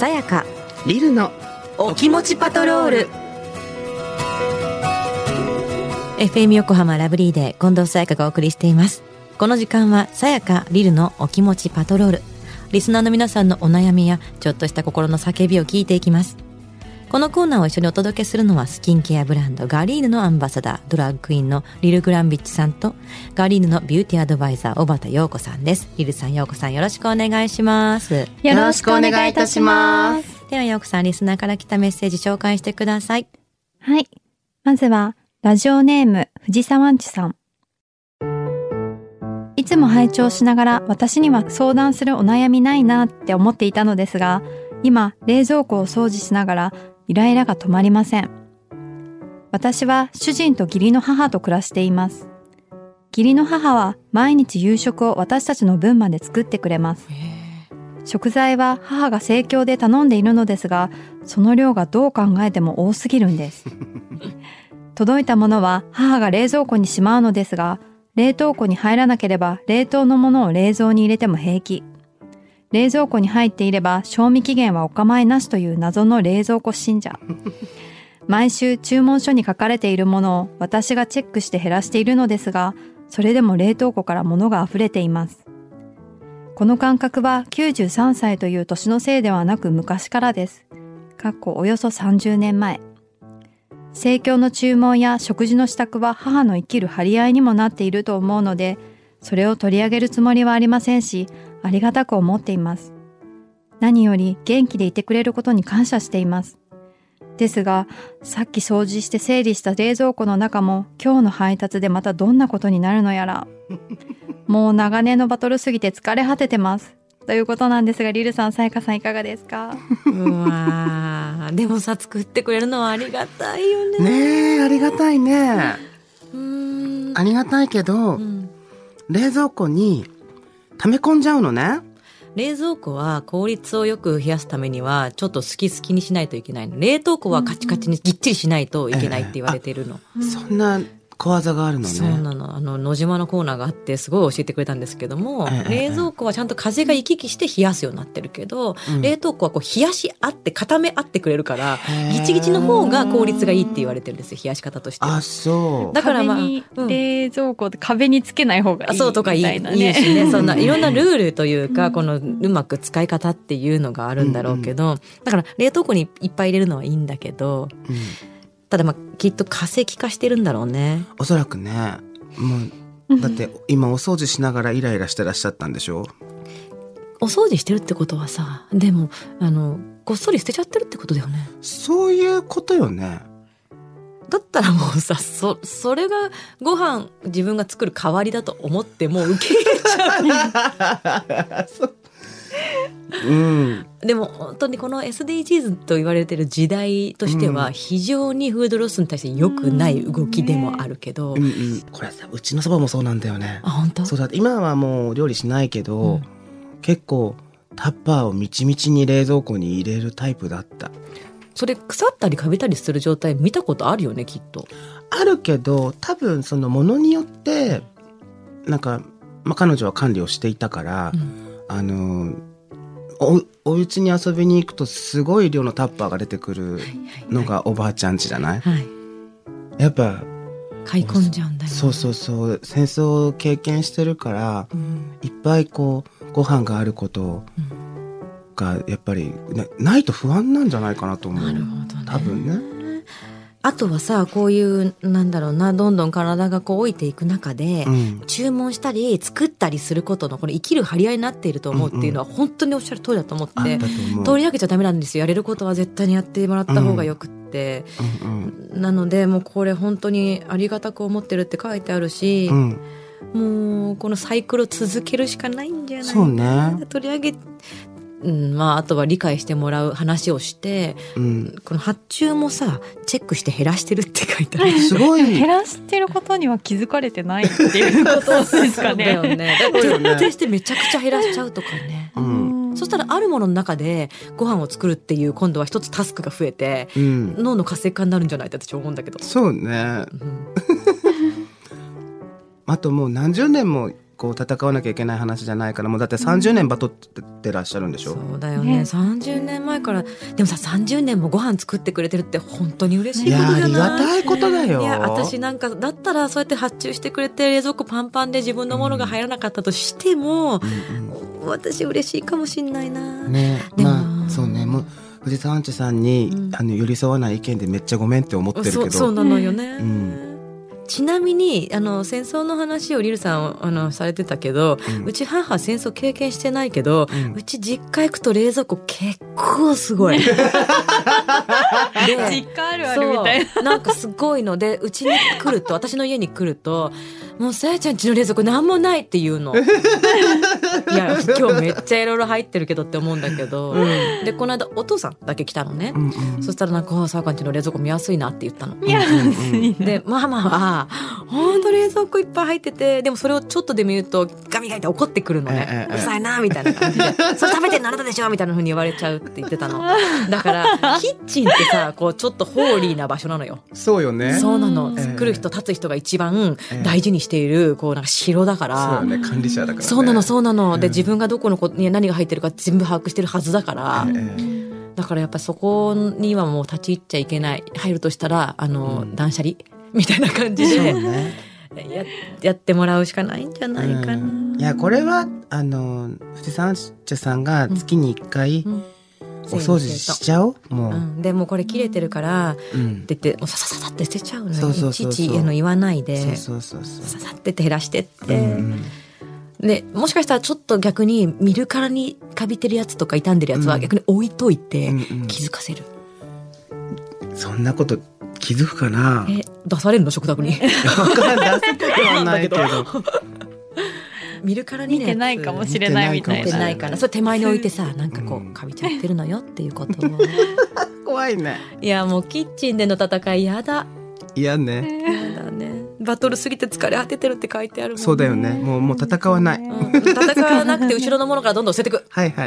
さやかリルのお気持ちパトロール。 FM 横浜ラブリーで近藤さやかがお送りしています。この時間はさやかリルのお気持ちパトロール。リスナーの皆さんのお悩みやちょっとした心の叫びを聞いていきます。このコーナーを一緒にお届けするのはスキンケアブランドガリーヌのアンバサダー、ドラッグクイーンのリル・グランビッチさんとガリーヌのビューティーアドバイザー小畑陽子さんです。リルさん、陽子さん、よろしくお願いします。 よろしくお願いいたします。 では陽子さん、リスナーから来たメッセージ紹介してください。 はい、まずはラジオネーム藤沢んちさん。いつも拝聴しながら私には相談するお悩みないなって思っていたのですが、今冷蔵庫を掃除しながらイライラが止まりません。私は主人と義理の母と暮らしています。義理の母は毎日夕食を私たちの分まで作ってくれます。食材は母が生協で頼んでいるのですが、その量がどう考えても多すぎるんです。届いたものは母が冷蔵庫にしまうのですが、冷凍庫に入らなければ冷凍のものを冷蔵に入れても平気。冷蔵庫に入っていれば賞味期限はお構いなしという謎の冷蔵庫信者。毎週注文書に書かれているものを私がチェックして減らしているのですが、それでも冷凍庫から物が溢れています。この感覚は93歳という年のせいではなく昔からです。およそ30年前。生協の注文や食事の支度は母の生きる張り合いにもなっていると思うので、それを取り上げるつもりはありませんし、ありがたく思っています。何より元気でいてくれることに感謝しています。ですが、さっき掃除して整理した冷蔵庫の中も今日の配達でまたどんなことになるのやら。もう長年のバトルすぎて疲れ果ててます。ということなんですが、リルさん、さやかさんいかがですか？ うわでもさ、作ってくれるのはありがたいよね。 ねえ、ありがたいね。ありがたいけど、冷蔵庫に溜め込んじゃうのね。 冷蔵庫は効率をよく冷やすためにはちょっと好き好きにしないといけないの。冷凍庫はカチカチにぎっちりしないといけないって言われているの。 そんな小技があるのね。 そうなの。野島のコーナーがあってすごい教えてくれたんですけども、冷蔵庫はちゃんと風が行き来して冷やすようになってるけど、冷凍庫はこう冷やし合って固め合ってくれるから、ギチギチの方が効率がいいって言われてるんですよ、冷やし方として。 あ、そう。 だから壁に冷蔵庫って壁につけない方がいいみたいなね。 そうとかいいしね。そんないろんなルールというか、このうまく使い方っていうのがあるんだろうけど、だから冷凍庫にいっぱい入れるのはいいんだけど、ただきっと化石化してるんだろうね。 おそらくね。もうだって今お掃除しながらイライラしてらっしゃったんでしょ。 お掃除してるってことはさ、でもこっそり捨てちゃってるってことだよね。 そういうことよね。 だったらもうさ、それがご飯自分が作る代わりだと思ってもう受け入れちゃう。でも本当にこの SDGs と言われてる時代としては非常にフードロスに対して良くない動きでもあるけど、 これさ、うちのそばもそうなんだよね。 あ、本当？ そうだ、今はもう料理しないけど、結構タッパーをみちみちに冷蔵庫に入れるタイプだった。 それ腐ったりカビたりする状態見たことあるよね、きっと。 あるけど、多分そのものによってなんか、彼女は管理をしていたから、お家に遊びに行くとすごい量のタッパーが出てくるのがおばあちゃん家じゃない？やっぱ買い込んじゃうんだよね。 そう戦争を経験してるから、いっぱいこうご飯があることがやっぱりないと不安なんじゃないかなと思う。 なるほどね。 多分ね。 あとはさ、こういうなんだろうな、どんどん体がこう老いていく中で、注文したり作ったりすることのこの生きる張り合いになっていると思うっていうのは本当におっしゃる通りだと思って、取り上げちゃダメなんですよ。やれることは絶対にやってもらった方がよくって、なのでもうこれ本当にありがたく思ってるって書いてあるし、もうこのサイクルを続けるしかないんじゃないかな。そうね。取り上げあとは理解してもらう話をして、この発注もさチェックして減らしてるって書いてある。 すごい減らしてることには気づかれてないっていうことですかね。 そうだよね。徹底してめちゃくちゃ減らしちゃうとかね。そしたらあるものの中でご飯を作るっていう今度は一つタスクが増えて、脳の活性化になるんじゃないって私思うんだけど。 そうね。あともう何十年もこう戦わなきゃいけない話じゃないから、もうだって30年バトってらっしゃるんでしょ。 そうだよね、30年前から。でもさ、30年もご飯作ってくれてるって本当に嬉しいことじゃない？ いやありがたいことだよ。 いや私なんかだったらそうやって発注してくれて冷蔵庫パンパンで自分のものが入らなかったとしても、私嬉しいかもしんないな。 ね、まあそうね、もう藤沢アンチさんに、寄り添わない意見でめっちゃごめんって思ってるけど。 そうなのよね。ちなみに戦争の話をリルさんされてたけど、うち母戦争経験してないけど、うち実家行くと冷蔵庫結構すごいで実家あるあるみたいな。 なんかすごいので、うちに来ると、私の家に来ると、もうさやちゃんちの冷蔵庫なんもないって言うの。いや今日めっちゃいろいろ入ってるけどって思うんだけど、でこの間お父さんだけ来たのね、そしたらなんかさやちんちの冷蔵庫見やすいなって言ったの。でママはほんと冷蔵庫いっぱい入ってて、でもそれをちょっとでも言うとガミガミって怒ってくるのね、うるさいなみたいな感じでそれ食べてんのあなたでしょみたいな風に言われちゃうって言ってたの。だからキッチンってさ、こうちょっとホーリーな場所なのよ。 そうよね。 そうなの、作る人立つ人が一番大事にしているこうなんか城だから。 そうよね、管理者だからね。 そうなので、自分がどこのに何が入ってるか全部把握してるはずだから、だからやっぱりそこにはもう立ち入っちゃいけない。入るとしたら断捨離みたいな感じで、やってもらうしかないんじゃないかな。 いやこれは藤沢アンチさんが月に1回、お掃除しちゃおう。もう、 でもこれ切れてるから、って言ってさささって捨てちゃうのよ。いちいち言わないで、ささって減らしてって、でもしかしたらちょっと逆に見るからにカビてるやつとか傷んでるやつは逆に置いといて気づかせる。 そんなこと気づくかな。 出されるの食卓に。 分からん、出すことはないけど見るからに見てないかもしれないみたいな。 見てないから、それ手前に置いてさ、なんかこうカビちゃってるのよっていうことを怖いね。 いやもうキッチンでの戦いやだ。 嫌ね。 やだね。バトルすぎて疲れ果ててるって書いてあるもんね。 そうだよね。もう戦わない、 戦わなくて後ろのものからどんどん捨ててく。 はいはい、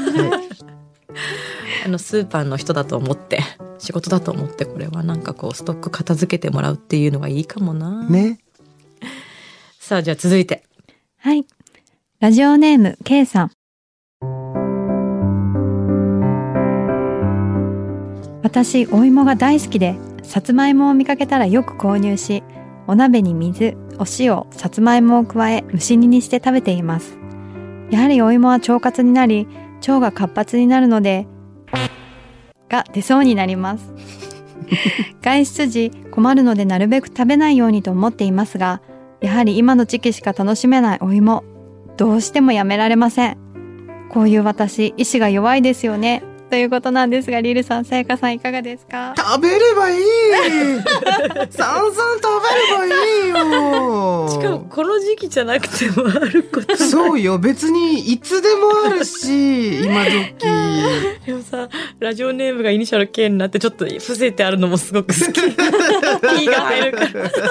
スーパーの人だと思って、仕事だと思って、これはなんかこうストック片付けてもらうっていうのがいいかもな。 ね。 さあじゃあ続いて。 はい。ラジオネーム K さん。私、お芋が大好きで、さつまいもを見かけたらよく購入し、お鍋に水、お塩、さつまいもを加え、蒸し煮にして食べています。やはりお芋は腸活になり、腸が活発になるので、が出そうになります。外出時困るのでなるべく食べないようにと思っていますが、やはり今の時期しか楽しめないお芋、どうしてもやめられません。こういう私、意志が弱いですよね。ということなんですが、リルさん、さやかさんいかがですか？ 食べればいいさんさん食べればいいよ。 しかもこの時期じゃなくてもあること。 そうよ、別にいつでもあるし、今時。 でもさ、ラジオネームがイニシャル K になってちょっと伏せてあるのもすごく好き。P が入るから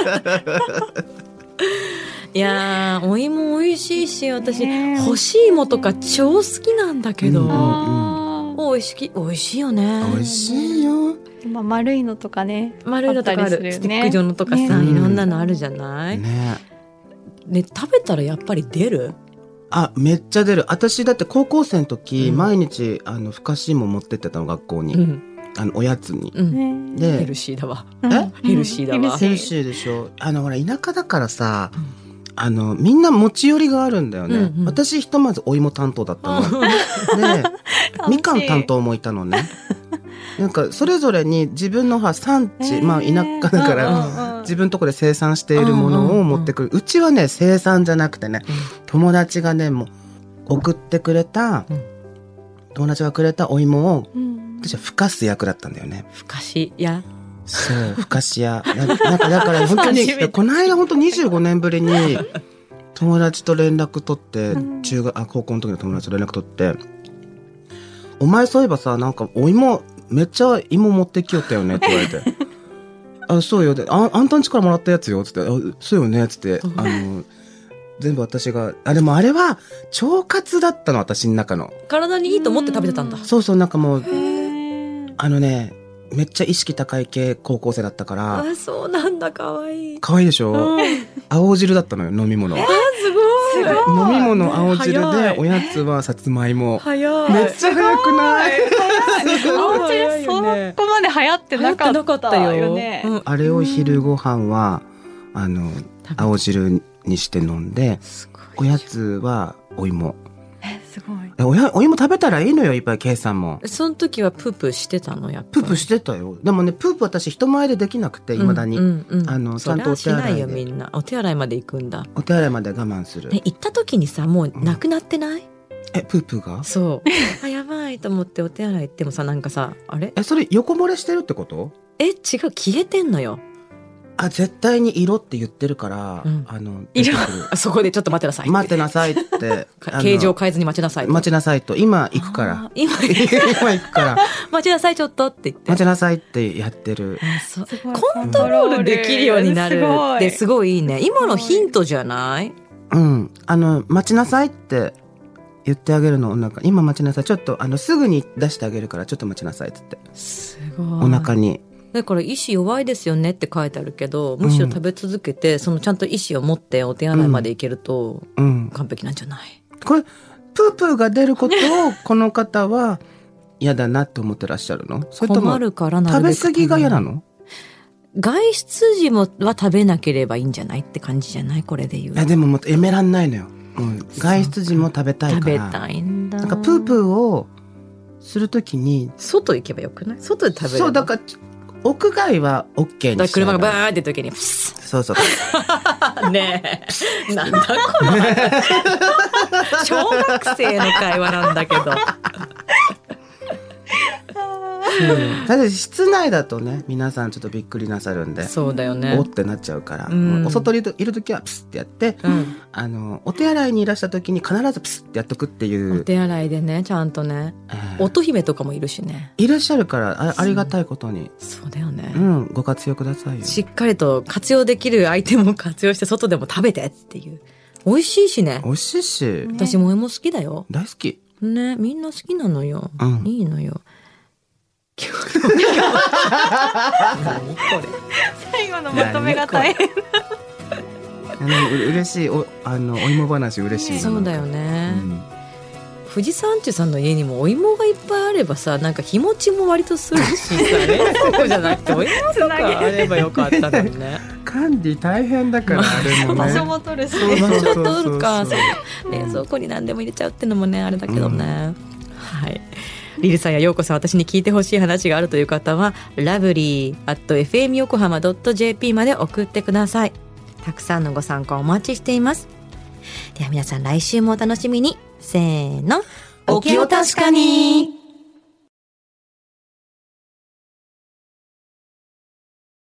いやー、お芋美味しいし、私干し芋とか超好きなんだけど、美味しいよね。 美味しいよ。 今丸いのとかね、 丸いのとかある、スティック状のとかさ、いろんなのあるじゃないね。食べたらやっぱり出る？ めっちゃ出る。私だって高校生の時、毎日ふかし芋持ってってたの、学校に、おやつに、 でヘルシーだわ。ヘルシーだわ。 ヘルシーでしょ。ほら田舎だからさ、みんな持ち寄りがあるんだよね。私ひとまずお芋担当だったので、みかん担当もいたのね。なんかそれぞれに自分の産地、田舎だから自分のところで生産しているものを持ってくる。うちはね、生産じゃなくてね、友達がね、もう送ってくれた、友達がくれたお芋を、私はふかす役だったんだよね。 ふかし屋。 そう、ふかし屋。だから本当に、この間本当25年ぶりに友達と連絡取って、高校の時の友達と連絡取って、お前そういえばさ、なんかお芋、めっちゃ芋持ってきよったよねって言われて。そうよ。あんたんちからもらったやつよ。つって、そうよね。つって、全部私が、でもあれは腸活だったの、私の中の。 体にいいと思って食べてたんだ。 そうそう、なんかもう、めっちゃ意識高い系高校生だったから。 そうなんだ、かわいい。 かわいいでしょ。青汁だったのよ、飲み物。 すごい。す飲み物青汁でおやつはさつまいも。 早い。 めっちゃ早くない？ 青汁そこまで流行ってなかったよね。 あれを昼ご飯は青汁にして飲んで、おやつはお芋。 すごい。 お芋食べたらいいのよ、いっぱいケイさんも。 その時はプープーしてたの？やっぱプープーしてたよ。でもね、プープー私人前でできなくて、未だに、ちゃんとお手洗いで。 よみんなお手洗いまで行くんだ。 お手洗いまで我慢する。 行った時にさ、もうなくなってない？ プープーが？ そうやばいと思ってお手洗い行ってもさ、なんかさ、あれそれ横漏れしてるってこと？ 違う、消えてんのよ。 絶対に色って言ってるから、 色そこでちょっと待ってなさい。 待ってなさいって。 形状変えずに待ちなさい。 待ちなさいと。今行くから。今行くから。 待ちなさいちょっとって言って。 待ちなさいってやってる。 コントロールできるようになるってすごいいいね。今のヒントじゃない？ 待ちなさいって言ってあげるの。今待ちなさい。ちょっとすぐに出してあげるからちょっと待ちなさいって言って。 すごい。 お腹に。 だから意志弱いですよねって書いてあるけど、むしろ食べ続けて、そのちゃんと意志を持ってお手洗いまで行けると完璧なんじゃない？ これプープーが出ることをこの方は嫌だなって思ってらっしゃるの？それとも困るからなるべく食べ過ぎが嫌なの？ 外出時は食べなければいいんじゃないって感じじゃない？これで言う。 でももうやめらんないのよ。外出時も食べたいから。 食べたいんだ。 なんかプープーをするときに外行けばよくない？外で食べる。 そうだから屋外は OK にして。 車がバーって時にそうねえなんだこの小学生の会話なんだけどだって室内だとね、皆さんちょっとびっくりなさるんで、 そうだよね、 おってなっちゃうから、お外にいるときはプスってやって、お手洗いにいらしたときに必ずプスってやっとくっていう。 お手洗いでね、ちゃんとね、乙姫とかもいるしね、 いらっしゃるから ありがたいことに。 そうだよね、 ご活用くださいよ。 しっかりと活用できるアイテムを活用して外でも食べてっていう。美味しいしね。 美味しいし、 私もお芋好きだよ。 大好きね、みんな好きなのよ、いいのよ。 最後のまとめが大変。 嬉しい。お芋話嬉しい。 そうだよね、富士山中さんの家にもお芋がいっぱいあればさ、なんか日持ちも割とするしさ、冷蔵庫じゃなくてお芋とかあればよかったのにね。 管理大変だから、あれもね。 場所も取るし、 場所取るか、冷蔵庫に何でも入れちゃうってのもね、あれだけどね、はい。リルさんやヨウコさん、私に聞いてほしい話があるという方は lovely@fmyokohama.jp まで送ってください。たくさんのご参加お待ちしています。では皆さん、来週もお楽しみに。せーの、 お気を確かに。